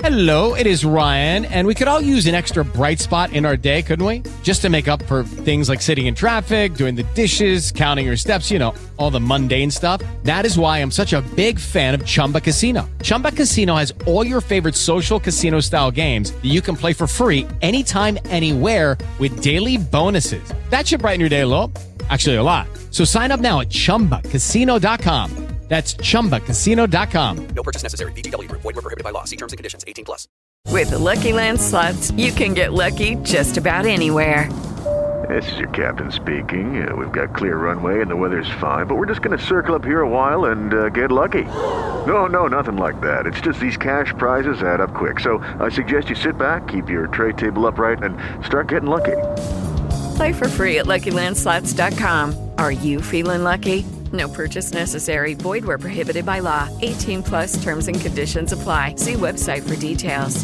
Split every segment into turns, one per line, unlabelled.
Hello, it is Ryan, and we could all use an extra bright spot in our day, couldn't we? Just to make up for things like sitting in traffic, doing the dishes, counting your steps, you know, all the mundane stuff. That is why I'm such a big fan of Chumba Casino. Chumba Casino has all your favorite social casino-style games that you can play for free anytime, anywhere with daily bonuses. That should brighten your day a little. Actually, a lot. So sign up now at ChumbaCasino.com. That's ChumbaCasino.com.
No purchase necessary. VGW Group. Void where prohibited by law. See terms and conditions. 18+.
With the Lucky Land Slots, you can get lucky just about anywhere.
This is your captain speaking. We've got clear runway and the weather's fine, but we're just going to circle up here a while and get lucky. No, nothing like that. It's just these cash prizes add up quick. So I suggest you sit back, keep your tray table upright, and start getting lucky.
Play for free at LuckyLandSlots.com. Are you feeling lucky? No purchase necessary. Void where prohibited by law. 18+ terms and conditions apply. See website for details.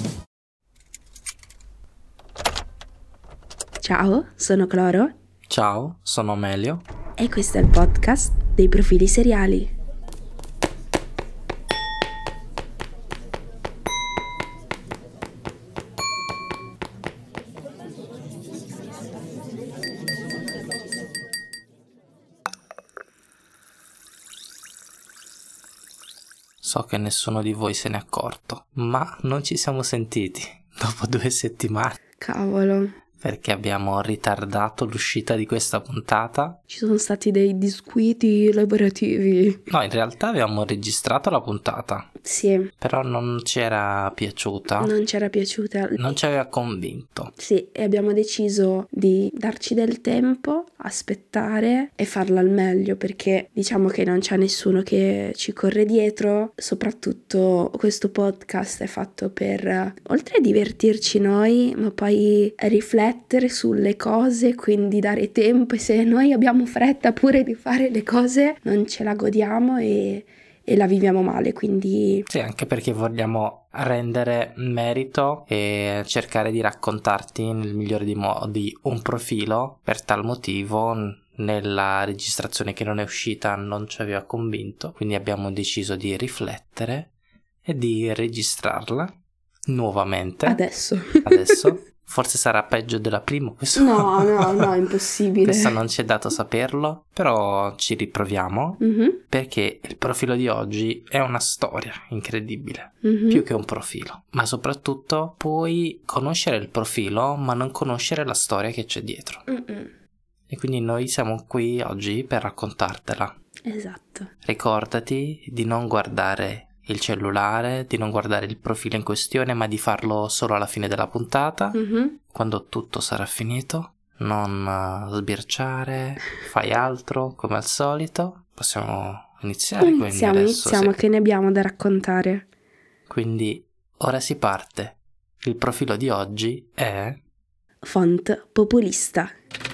Ciao, sono Cloro.
Ciao, sono Melio.
E questo è il podcast dei profili seriali.
So che nessuno di voi se n'è accorto, ma non ci siamo sentiti dopo 2 settimane
Cavolo,
perché abbiamo ritardato l'uscita di questa puntata.
ci sono stati dei disguidi lavorativi.
No, in realtà abbiamo registrato la puntata,
Sì,
però non ci era piaciuta,
non ci era piaciuta.
non ci aveva convinto.
Sì, e abbiamo deciso di darci del tempo, aspettare e farla al meglio, perché diciamo che non c'è nessuno che ci corre dietro. Soprattutto questo podcast è fatto per, oltre a divertirci noi, ma poi riflettere sulle cose, quindi dare tempo, e se noi abbiamo fretta pure di fare le cose non ce la godiamo e la viviamo male, quindi
Sì, anche perché vogliamo rendere merito e cercare di raccontarti nel migliore dei modi un profilo. Per tal motivo nella registrazione che non è uscita non ci aveva convinto, quindi abbiamo deciso di riflettere e di registrarla nuovamente.
adesso.
Forse sarà peggio della prima, questo
No, impossibile.
questo non ci è dato saperlo, però ci riproviamo.
Mhm,
Perché il profilo di oggi è una storia incredibile,
mhm.
più che un profilo, ma soprattutto puoi conoscere il profilo ma non conoscere la storia che c'è dietro,
Mm-mm.
e quindi noi siamo qui oggi per raccontartela.
Esatto.
Ricordati di non guardare il cellulare, di non guardare il profilo in questione, ma di farlo solo alla fine della puntata,
Mhm.
quando tutto sarà finito. Non sbirciare, fai altro come al solito. Possiamo iniziare quindi
Iniziamo,
adesso, sì.
che ne abbiamo da raccontare.
Quindi ora si parte. Il profilo di oggi è
Font populista.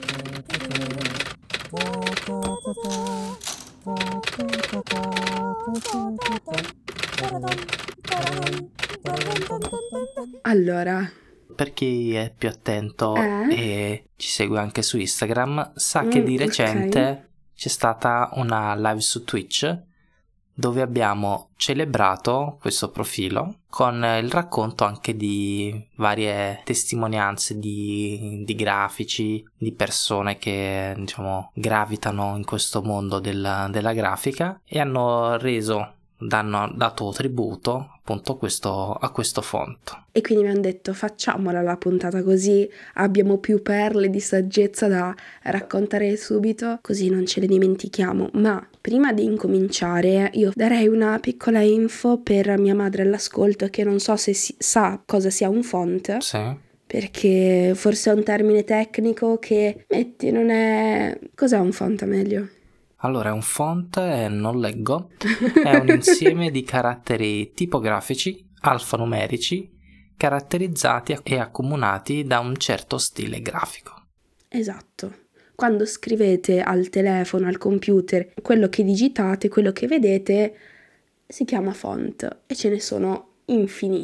Allora,
per chi è più attento e ci segue anche su Instagram, sa che di
ok.
recente c'è stata una live su Twitch dove abbiamo celebrato questo profilo con il racconto anche di varie testimonianze di grafici, di persone che diciamo gravitano in questo mondo della grafica e hanno dato tributo appunto a questo font.
e quindi mi hanno detto facciamola la puntata così abbiamo più perle di saggezza da raccontare subito, così non ce le dimentichiamo. Ma prima di incominciare io darei una piccola info per mia madre all'ascolto che non so se sa cosa sia un font.
Sì.
Perché forse è un termine tecnico che metti non è... Cos'è un font, meglio?
Allora, un font non leggo, è un insieme di caratteri tipografici alfanumerici caratterizzati e accomunati da un certo stile grafico.
Esatto. Quando scrivete al telefono, al computer, quello che digitate, quello che vedete, si chiama font e ce ne sono infiniti.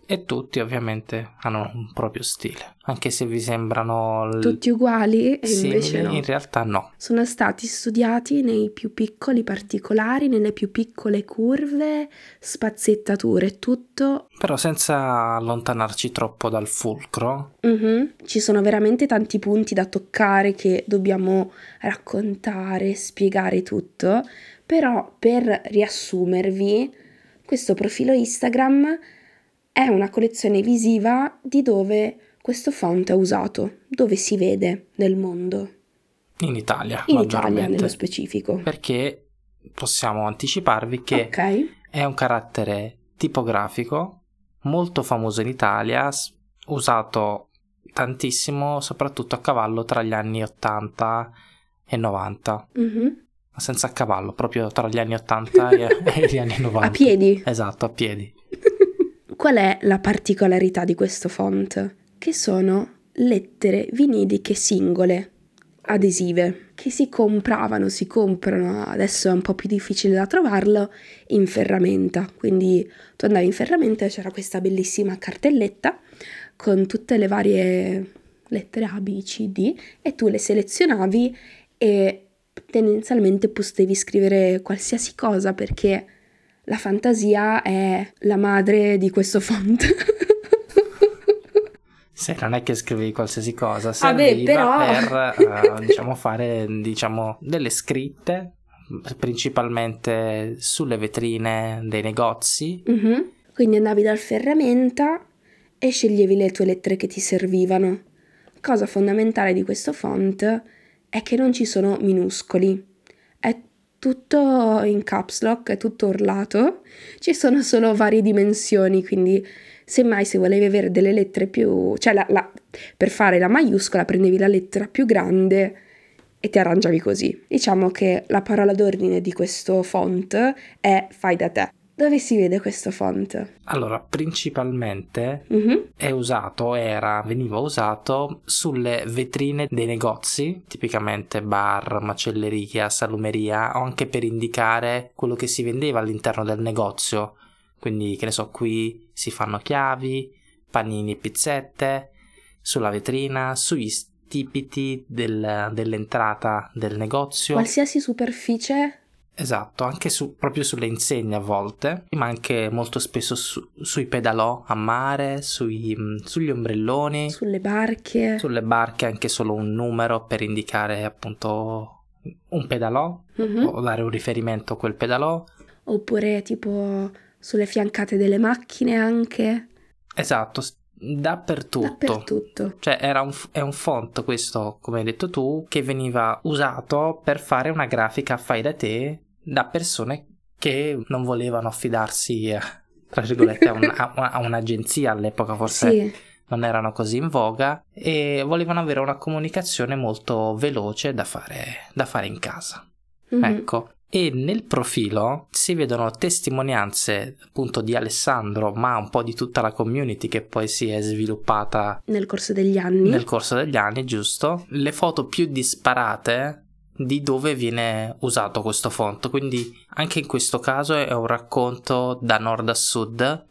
E tutti ovviamente hanno un proprio stile, anche se vi sembrano
tutti uguali e
simili,
invece no.
in realtà no.
Sono stati studiati nei più piccoli particolari, nelle più piccole curve, spazzettature, tutto.
Però senza allontanarci troppo dal fulcro.
Ci sono veramente tanti punti da toccare che dobbiamo raccontare, spiegare tutto, però per riassumervi, questo profilo Instagram è una collezione visiva di dove questo font è usato, dove si vede nel mondo.
In Italia,
In
maggiormente.
Italia, nello specifico.
Perché possiamo anticiparvi che
Ok.
è un carattere tipografico molto famoso in Italia, usato tantissimo soprattutto a cavallo tra gli anni 80 e 90. Ma senza a cavallo, proprio tra gli anni 80 e gli anni 90.
A piedi.
Esatto, a piedi.
Qual è la particolarità di questo font? Che sono lettere viniliche singole, adesive, che si comprano, adesso è un po' più difficile da trovarlo, in ferramenta. Quindi tu andavi in ferramenta e c'era questa bellissima cartelletta con tutte le varie lettere A, B, C, D e tu le selezionavi e tendenzialmente potevi scrivere qualsiasi cosa perché la fantasia è la madre di questo font.
Se non è che scrivi qualsiasi cosa,
Vabbè,
serviva per fare delle scritte principalmente sulle vetrine dei negozi.
Quindi andavi dal ferramenta e sceglievi le tue lettere che ti servivano. Cosa fondamentale di questo font è che non ci sono minuscoli, è tutto in caps lock, è tutto urlato, ci sono solo varie dimensioni, quindi semmai se volevi avere delle lettere più, per fare la maiuscola prendevi la lettera più grande e ti arrangiavi così. Diciamo che la parola d'ordine di questo font è fai da te. Dove si vede questo font?
Allora, principalmente veniva usato sulle vetrine dei negozi, tipicamente bar, macelleria, salumeria, o anche per indicare quello che si vendeva all'interno del negozio. Quindi, che ne so, qui si fanno chiavi, panini e pizzette, sulla vetrina, sugli stipiti dell'entrata del negozio.
Qualsiasi superficie.
Esatto, anche proprio sulle insegne a volte, ma anche molto spesso sui pedalò a mare, sugli ombrelloni.
Sulle barche.
Sulle barche anche solo un numero per indicare appunto un pedalò o dare un riferimento a quel pedalò.
Oppure tipo sulle fiancate delle macchine anche.
Esatto, dappertutto. Cioè è un font questo, come hai detto tu, che veniva usato per fare una grafica fai da te da persone che non volevano affidarsi tra virgolette a un'agenzia all'epoca, forse
Sì.
Non erano così in voga e volevano avere una comunicazione molto veloce da fare in casa. Ecco. E nel profilo si vedono testimonianze appunto di Alessandro, ma un po' di tutta la community che poi si è sviluppata
Nel corso degli anni,
giusto? Le foto più disparate di dove viene usato questo font, quindi anche in questo caso è un racconto da nord a sud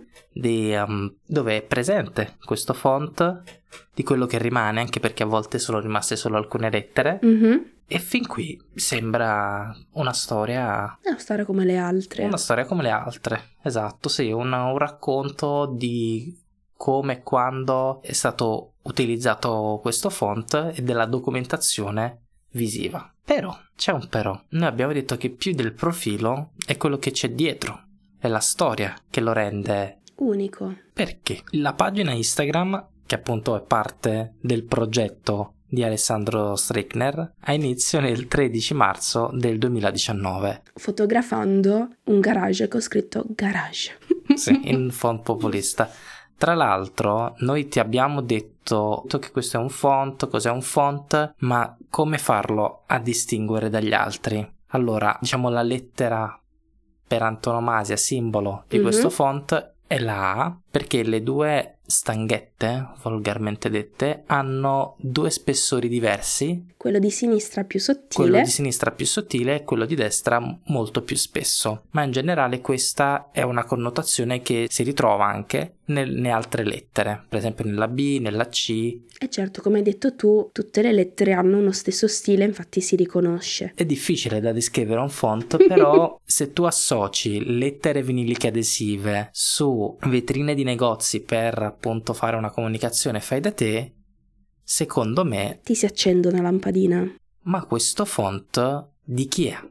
dove è presente questo font, di quello che rimane, anche perché a volte sono rimaste solo alcune lettere. E fin qui sembra una storia
come le altre.
Una storia come le altre, esatto, sì, un racconto di come e quando è stato utilizzato questo font e della documentazione visiva. Però, c'è un però. Noi abbiamo detto che più del profilo è quello che c'è dietro, è la storia che lo rende
unico.
Perché la pagina Instagram, che appunto è parte del progetto di Alessandro Strickner, ha inizio nel 13 marzo del 2019.
Fotografando un garage con scritto garage.
Sì, in font populista. Tra l'altro, noi ti abbiamo detto che questo è un font, cos'è un font, ma come farlo a distinguere dagli altri? Allora, la lettera per antonomasia, simbolo di questo font è la A, perché le due stanghette, volgarmente dette, hanno due spessori diversi.
Quello di sinistra più sottile.
Quello di sinistra più sottile e quello di destra molto più spesso. Ma in generale questa è una connotazione che si ritrova anche nelle altre lettere, per esempio nella B, nella C.
E certo, come hai detto tu, tutte le lettere hanno uno stesso stile, infatti si riconosce.
È difficile da descrivere un font, però se tu associ lettere viniliche adesive su vetrine di negozi per appunto fare una comunicazione fai da te, secondo me...
Ti si accende una lampadina.
Ma questo font di chi è?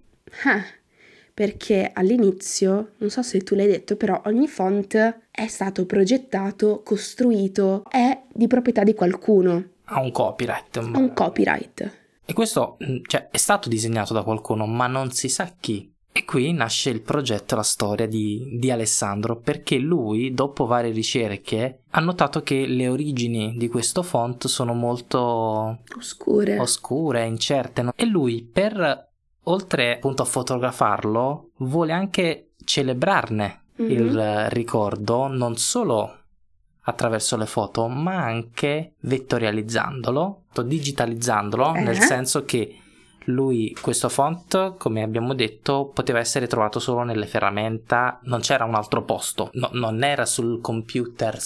Perché all'inizio, non so se tu l'hai detto, però ogni font è stato progettato, costruito, è di proprietà di qualcuno.
Ha un copyright.
Ha un copyright.
E questo, è stato disegnato da qualcuno, ma non si sa chi. E qui nasce il progetto, la storia di Alessandro, perché lui, dopo varie ricerche, ha notato che le origini di questo font sono molto oscure, incerte, no? E lui, oltre appunto a fotografarlo, vuole anche celebrarne il ricordo, non solo attraverso le foto, ma anche vettorializzandolo, digitalizzandolo, nel senso che lui, questo font, come abbiamo detto, poteva essere trovato solo nelle ferramenta, non c'era un altro posto, non era sul computer,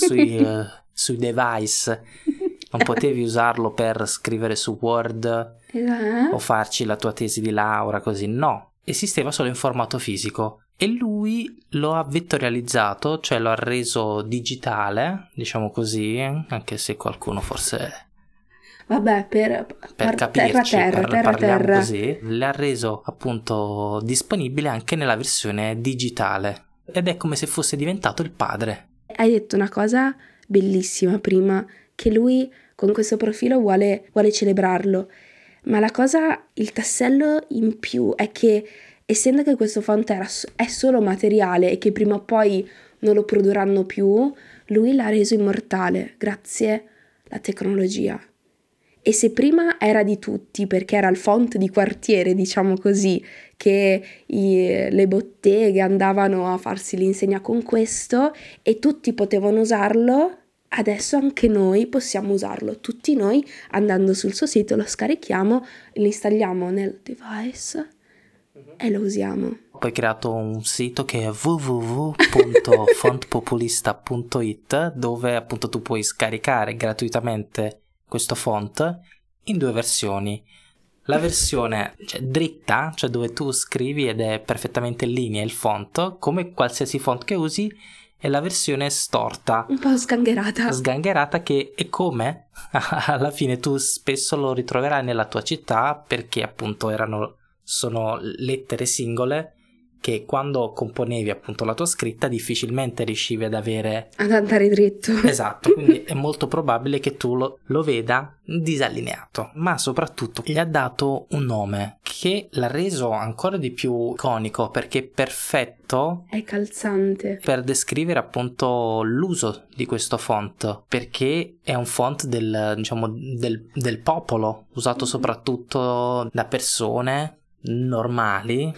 sui device, non potevi usarlo per scrivere su Word o farci la tua tesi di laurea, così, no, esisteva solo in formato fisico. E lui lo ha vettorializzato, cioè lo ha reso digitale, diciamo così, anche se qualcuno forse...
Vabbè, per
capirci, parliamo
terra.
così, l'ha reso appunto disponibile anche nella versione digitale. Ed è come se fosse diventato il padre.
Hai detto una cosa bellissima prima, che lui con questo profilo vuole celebrarlo. Ma la cosa, il tassello in più è che, essendo che questo font è solo materiale e che prima o poi non lo produrranno più, lui l'ha reso immortale grazie alla tecnologia. E se prima era di tutti, perché era il font di quartiere, diciamo così, che le botteghe andavano a farsi l'insegna con questo e tutti potevano usarlo, adesso anche noi possiamo usarlo. Tutti noi, andando sul suo sito, lo scarichiamo, lo installiamo nel device e lo usiamo.
Poi ho creato un sito che è www.fontpopulista.it, dove appunto tu puoi scaricare gratuitamente questo font in due versioni. La versione dritta, cioè dove tu scrivi ed è perfettamente in linea il font, come qualsiasi font che usi, e la versione storta,
un po' sgangherata,
che è come alla fine tu spesso lo ritroverai nella tua città, perché appunto sono lettere singole che quando componevi appunto la tua scritta difficilmente riuscivi ad
andare dritto.
Esatto, quindi è molto probabile che tu lo veda disallineato, ma soprattutto gli ha dato un nome che l'ha reso ancora di più iconico, perché è perfetto,
è calzante
per descrivere appunto l'uso di questo font, perché è un font del popolo, usato soprattutto da persone normali,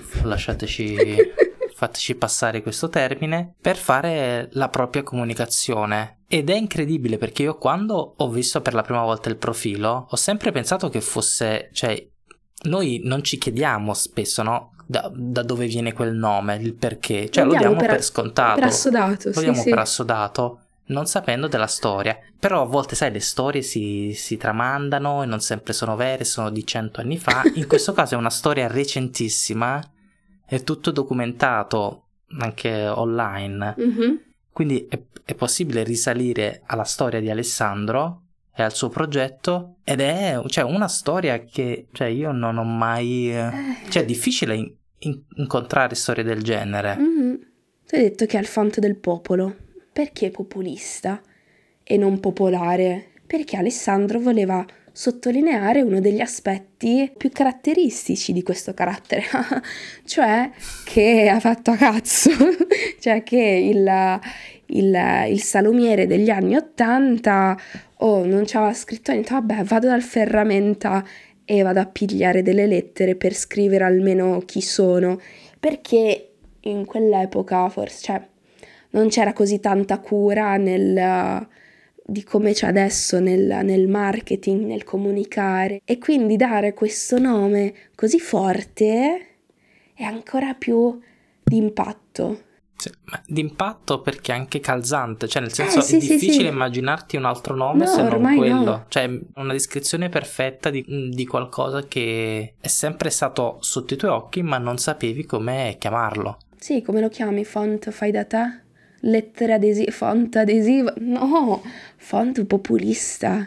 fateci passare questo termine, per fare la propria comunicazione. Ed è incredibile, perché io quando ho visto per la prima volta il profilo ho sempre pensato che fosse, noi non ci chiediamo spesso, no? Da dove viene quel nome, il perché, lo diamo per scontato,
per assodato,
lo diamo per assodato, non sapendo della storia. Però a volte, sai, le storie si tramandano e non sempre sono vere, sono di 100 anni fa. In questo caso è una storia recentissima, è tutto documentato anche online. Quindi è possibile risalire alla storia di Alessandro e al suo progetto, ed è una storia che io non ho mai... è difficile incontrare storie del genere.
Tu hai detto che è il font del popolo. Perché populista e non popolare? Perché Alessandro voleva sottolineare uno degli aspetti più caratteristici di questo carattere, cioè che ha fatto a cazzo, cioè che il salumiere degli anni '80 non c'aveva scritto niente, vabbè, vado dal ferramenta e vado a pigliare delle lettere per scrivere almeno chi sono, perché in quell'epoca forse, non c'era così tanta cura di come c'è adesso nel marketing, nel comunicare, e quindi dare questo nome così forte è ancora più d'impatto.
Sì, ma d'impatto perché è anche calzante, cioè nel senso
Sì,
è
sì,
difficile
sì.
immaginarti un altro nome
No,
se non
ormai
quello,
no.
cioè una descrizione perfetta di qualcosa che è sempre stato sotto i tuoi occhi ma non sapevi come chiamarlo.
Sì, come lo chiami? Font fai da te? Lettere adesive? Font adesivo? No, font populista.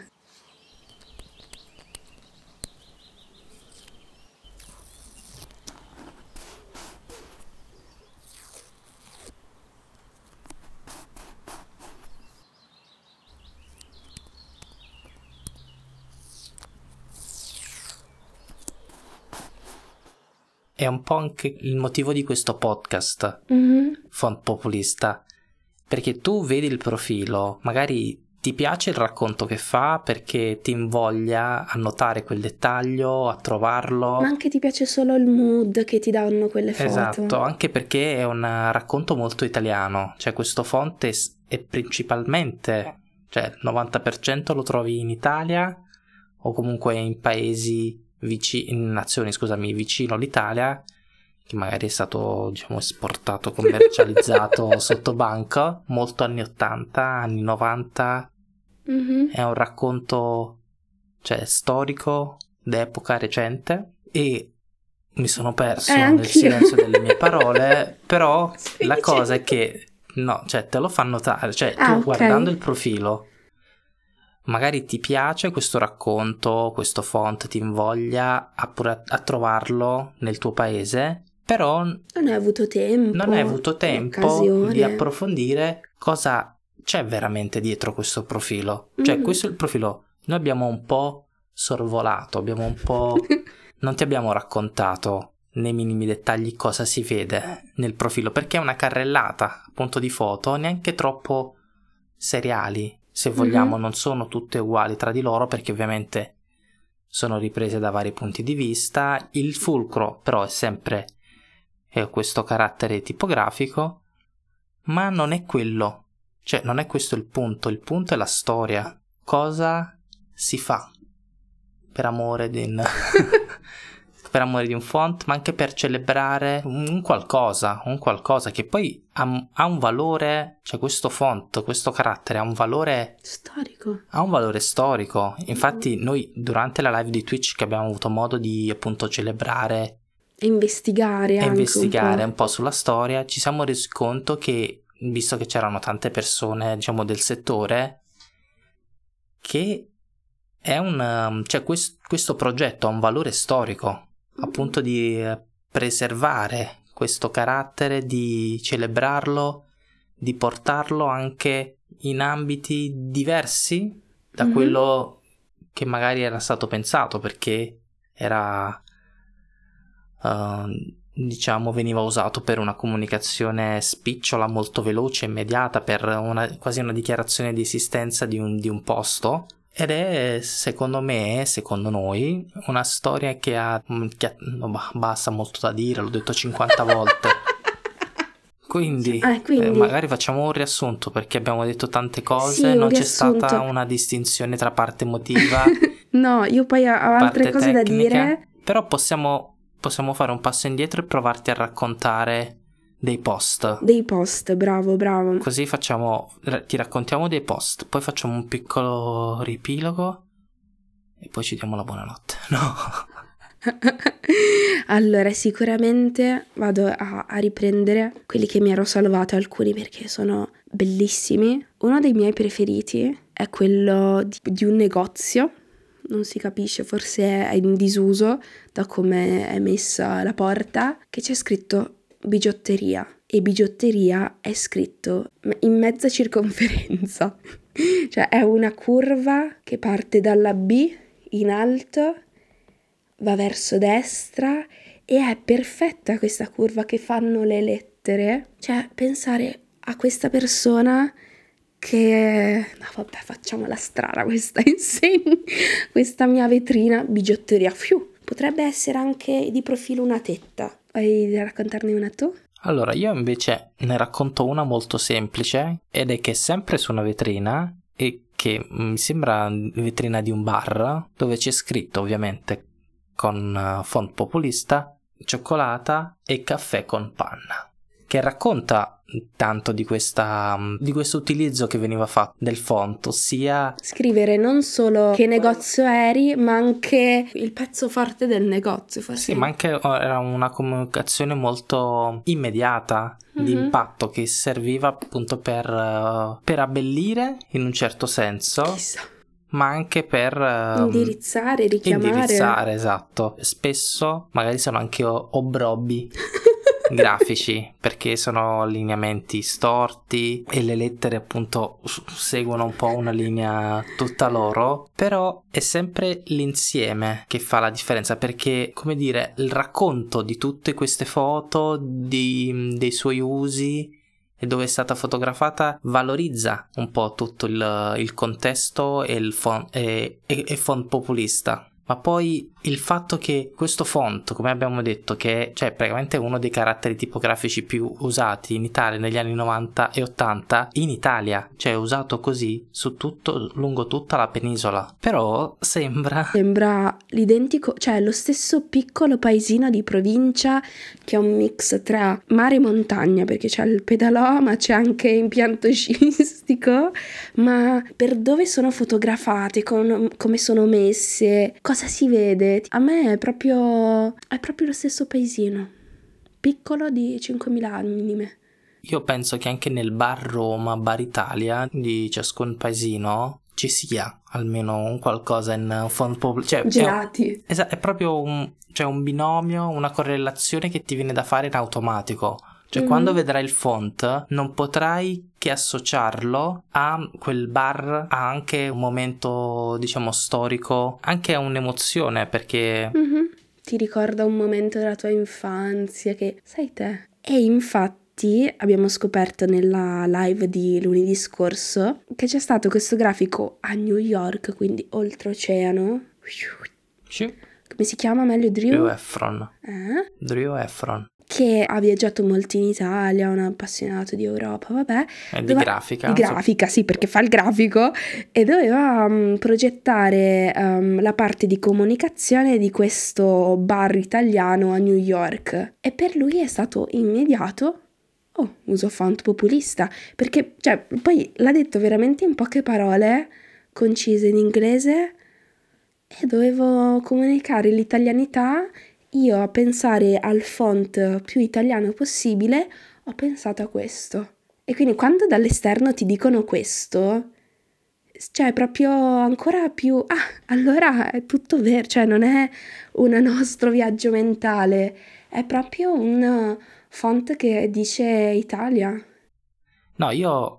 È un po' anche il motivo di questo podcast, Font Populista, perché tu vedi il profilo, magari ti piace il racconto che fa perché ti invoglia a notare quel dettaglio, a trovarlo.
Ma anche ti piace solo il mood che ti danno quelle foto.
Esatto, anche perché è un racconto molto italiano, cioè questo font è principalmente, cioè il 90% lo trovi in Italia o comunque in paesi in nazioni, scusami, vicino all'Italia, che magari è stato, diciamo, esportato, commercializzato sotto banco, molto anni 80, anni 90. È un racconto, cioè, storico, d'epoca recente, e mi sono perso nel
anch'io.
silenzio delle mie parole, però
Stai
la cosa
dicendo?
è che, no, cioè, te lo fa notare, cioè, tu
Ok.
guardando il profilo, magari ti piace questo racconto, questo font ti invoglia a trovarlo nel tuo paese, però
Non hai avuto tempo.
non hai avuto tempo
occasione.
di approfondire cosa c'è veramente dietro questo profilo. Cioè, questo è il profilo. Noi abbiamo un po' sorvolato, abbiamo un po'... non ti abbiamo raccontato nei minimi dettagli cosa si vede nel profilo, perché è una carrellata, appunto, di foto, neanche troppo seriali, se vogliamo, non sono tutte uguali tra di loro, perché ovviamente sono riprese da vari punti di vista. Il fulcro però è sempre questo carattere tipografico, ma non è quello, cioè non è questo il punto è la storia. Cosa si fa per amore di per amore di un font, ma anche per celebrare un qualcosa che poi ha un valore, cioè questo font, questo carattere ha un valore storico. Infatti noi durante la live di Twitch che abbiamo avuto modo di appunto celebrare
E investigare anche
un po' sulla storia, ci siamo resi conto che, visto che c'erano tante persone, diciamo, del settore, che è cioè questo progetto ha un valore storico, appunto, di preservare questo carattere, di celebrarlo, di portarlo anche in ambiti diversi da quello che magari era stato pensato, perché era diciamo veniva usato per una comunicazione spicciola, molto veloce, immediata, per quasi una dichiarazione di esistenza di un posto. Ed è, secondo noi, una storia che ha basta, molto da dire, l'ho detto 50 volte. Quindi, magari facciamo un riassunto, perché abbiamo detto tante cose,
sì,
non c'è stata una distinzione tra parte emotiva.
No, io poi ho altre cose
tecnica,
da dire.
Però possiamo fare un passo indietro e provarti a raccontare dei post.
Dei post, bravo.
Così ti raccontiamo dei post, poi facciamo un piccolo riepilogo e poi ci diamo la buonanotte. No.
Allora, sicuramente vado a riprendere quelli che mi ero salvato, alcuni perché sono bellissimi. Uno dei miei preferiti è quello di un negozio, non si capisce, forse è in disuso da come è messa la porta, che c'è scritto bigiotteria, e bigiotteria è scritto in mezza circonferenza. Cioè è una curva che parte dalla B in alto, va verso destra, e è perfetta questa curva che fanno le lettere. Cioè pensare a questa persona che... no vabbè, facciamo la strada, questa insegna, questa mia vetrina, bigiotteria, potrebbe essere anche di profilo una tetta. Vuoi raccontarne una tu?
Allora, io invece ne racconto una molto semplice, ed è che è sempre su una vetrina, e che mi sembra vetrina di un bar, dove c'è scritto ovviamente con font populista cioccolata e caffè con panna, che racconta tanto di questo utilizzo che veniva fatto del font, ossia
Scrivere non solo che negozio eri, ma anche il pezzo forte del negozio, forse.
sì, ma anche era una comunicazione molto immediata, di impatto, che serviva appunto per abbellire in un certo senso,
Chissà.
ma anche per
Indirizzare, richiamare.
indirizzare, esatto. Spesso magari sono anche obbrobbi grafici, perché sono lineamenti storti e le lettere appunto seguono un po' una linea tutta loro, però è sempre l'insieme che fa la differenza, perché, come dire, il racconto di tutte queste foto, dei suoi usi e dove è stata fotografata, valorizza un po' tutto il contesto e il font populista. Ma poi il fatto che questo font, come abbiamo detto, che è praticamente uno dei caratteri tipografici più usati in Italia negli anni 90 e 80, in Italia, cioè usato così lungo tutta la penisola. Però sembra
l'identico, cioè lo stesso piccolo paesino di provincia che è un mix tra mare e montagna, perché c'è il pedalò, ma c'è anche impianto sciistico, ma per dove sono fotografate, come sono messe, cosa si vede? A me è proprio lo stesso paesino, piccolo di 5.000 anime.
Io penso che anche nel bar Roma, bar Italia, di ciascun paesino ci sia almeno un qualcosa in font popolare.
Gelati.
È proprio un binomio, una correlazione che ti viene da fare in automatico. Cioè, quando vedrai il font non potrai che associarlo a quel bar, a anche un momento, diciamo, storico, anche a un'emozione, perché
ti ricorda un momento della tua infanzia che sai te. E infatti abbiamo scoperto nella live di lunedì scorso che c'è stato questo grafico a New York, quindi oltreoceano.
sì.
Come si chiama meglio?
Drew Efron. Drew Efron.
Che ha viaggiato molto in Italia, un appassionato di Europa, vabbè.
Di grafica.
Di grafica, sì, perché fa il grafico, e doveva progettare la parte di comunicazione di questo bar italiano a New York. E per lui è stato immediato, uso font populista, perché, poi l'ha detto veramente in poche parole, concise in inglese, e dovevo comunicare l'italianità. Io, a pensare al font più italiano possibile, ho pensato a questo. E quindi quando dall'esterno ti dicono questo, cioè proprio ancora più, allora è tutto vero, cioè non è un nostro viaggio mentale, è proprio un font che dice Italia.
No, io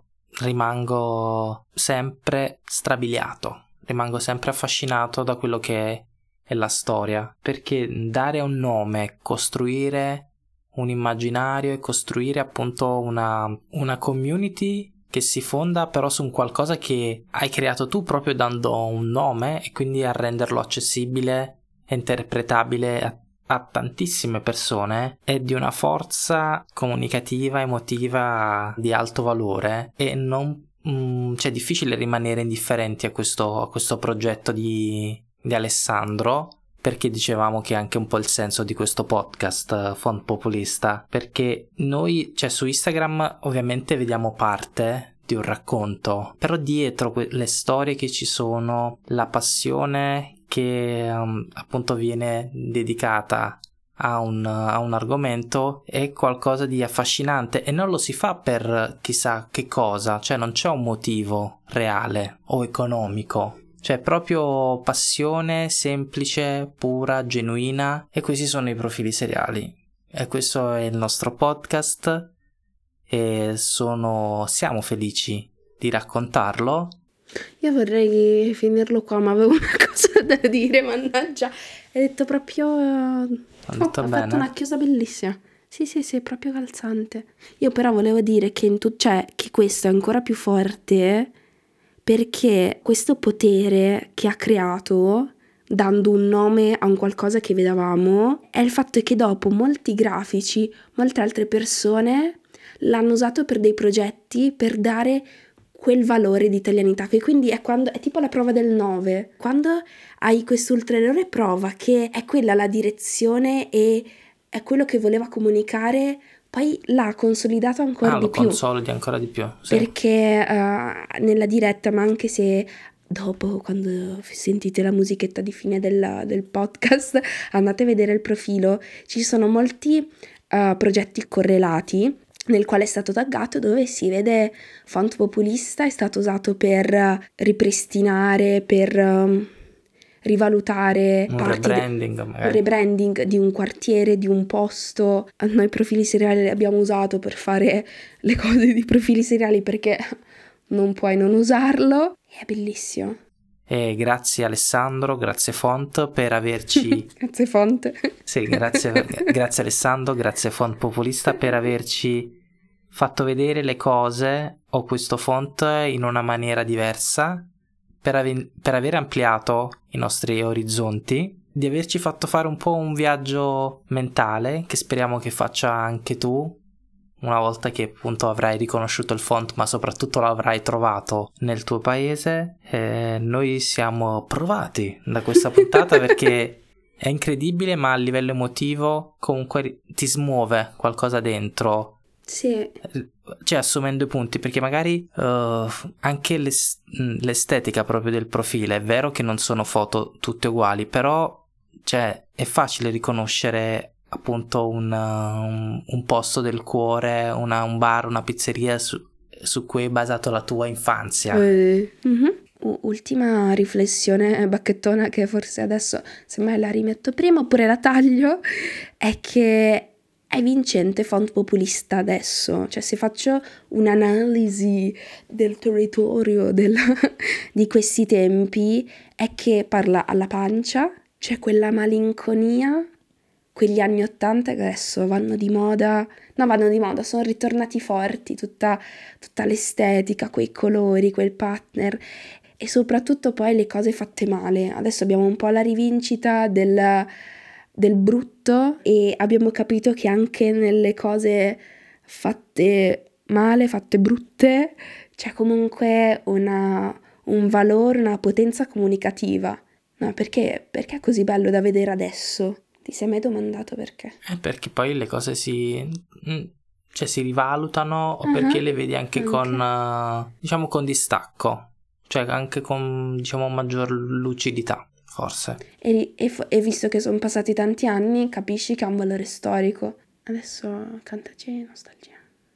rimango sempre strabiliato, rimango sempre affascinato da quello che è la storia, perché dare un nome, costruire un immaginario e costruire appunto una community che si fonda però su un qualcosa che hai creato tu proprio dando un nome, e quindi a renderlo accessibile e interpretabile a tantissime persone, è di una forza comunicativa, emotiva di alto valore, e non c'è difficile rimanere indifferenti a questo progetto di Alessandro, perché dicevamo che è anche un po' il senso di questo podcast Font Populista, perché noi, su Instagram ovviamente vediamo parte di un racconto, però dietro le storie che ci sono, la passione che appunto viene dedicata a un argomento, è qualcosa di affascinante, e non lo si fa per chissà che cosa, non c'è un motivo reale o economico. Proprio passione semplice, pura, genuina, e questi sono i profili seriali. E questo è il nostro podcast, e siamo felici di raccontarlo.
Io vorrei finirlo qua, ma avevo una cosa da dire, mannaggia. Hai detto proprio... ha fatto una chiusa bellissima. Sì, proprio calzante. Io però volevo dire che che questo è ancora più forte, perché questo potere che ha creato dando un nome a un qualcosa che vedevamo, è il fatto che dopo molti grafici, molte altre persone l'hanno usato per dei progetti per dare quel valore di italianità, che quindi è tipo la prova del 9. Quando hai questo ulteriore prova che è quella la direzione e è quello che voleva comunicare, poi l'ha consolidato ancora di più.
Lo consolidi ancora di più, sì.
Perché nella diretta, ma anche se dopo, quando sentite la musichetta di fine del podcast, andate a vedere il profilo, ci sono molti progetti correlati nel quale è stato taggato, dove si vede font populista, è stato usato per ripristinare, per rivalutare
un
rebranding di un quartiere, di un posto. Noi profili seriali li abbiamo usato per fare le cose di profili seriali, perché non puoi non usarlo. È bellissimo.
E grazie Alessandro, grazie Font per averci...
Grazie Font.
Sì, grazie Alessandro, grazie Font Populista per averci fatto vedere le cose o questo font in una maniera diversa, per aver ampliato i nostri orizzonti, di averci fatto fare un po' un viaggio mentale che speriamo che faccia anche tu una volta che appunto avrai riconosciuto il font, ma soprattutto l'avrai trovato nel tuo paese. Noi siamo provati da questa puntata perché è incredibile, ma a livello emotivo comunque ti smuove qualcosa dentro.
Sì.
Cioè, assumendo i punti, perché magari anche l'estetica proprio del profilo, è vero che non sono foto tutte uguali, però cioè è facile riconoscere appunto un posto del cuore, un bar, una pizzeria su cui è basato la tua infanzia.
Ultima riflessione bacchettona, che forse adesso semmai la rimetto prima oppure la taglio, è che è vincente font populista adesso. Cioè, se faccio un'analisi del territorio di questi tempi, è che parla alla pancia, c'è quella malinconia, quegli anni 80 che adesso vanno di moda, sono ritornati forti, tutta l'estetica, quei colori, quel partner, e soprattutto poi le cose fatte male. Adesso abbiamo un po' la rivincita del brutto, e abbiamo capito che anche nelle cose fatte male, fatte brutte, c'è comunque un valore, una potenza comunicativa. No, perché è così bello da vedere adesso? Ti sei mai domandato perché?
Perché poi le cose si rivalutano, o perché le vedi anche con distacco, cioè anche con, maggior lucidità, forse.
E visto che sono passati tanti anni, capisci che ha un valore storico. Adesso cantaci nostalgia.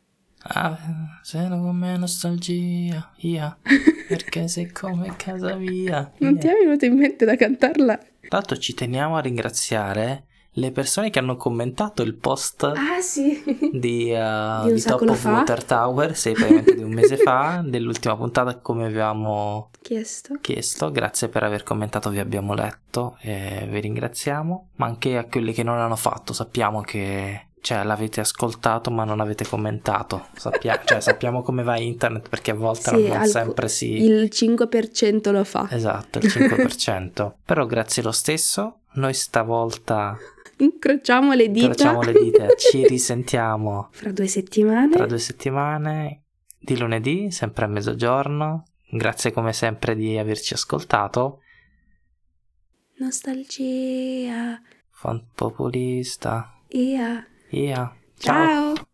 Sono come nostalgia, perché sei come casa mia.
Non ti è venuto in mente da cantarla?
Tanto ci teniamo a ringraziare le persone che hanno commentato il post di Top of Water Tower, praticamente di un mese fa, dell'ultima puntata, come avevamo chiesto. Grazie per aver commentato, vi abbiamo letto e vi ringraziamo. Ma anche a quelli che non l'hanno fatto, sappiamo che l'avete ascoltato ma non avete commentato. Sappiamo come va internet, perché a volte non sempre
il 5% lo fa.
Esatto, il 5%. Però grazie lo stesso. Noi stavolta
incrociamo le dita,
ci risentiamo
fra 2 settimane.
Di lunedì, sempre a mezzogiorno. Grazie come sempre di averci ascoltato.
Nostalgia.
Font populista.
Ia.
Ciao.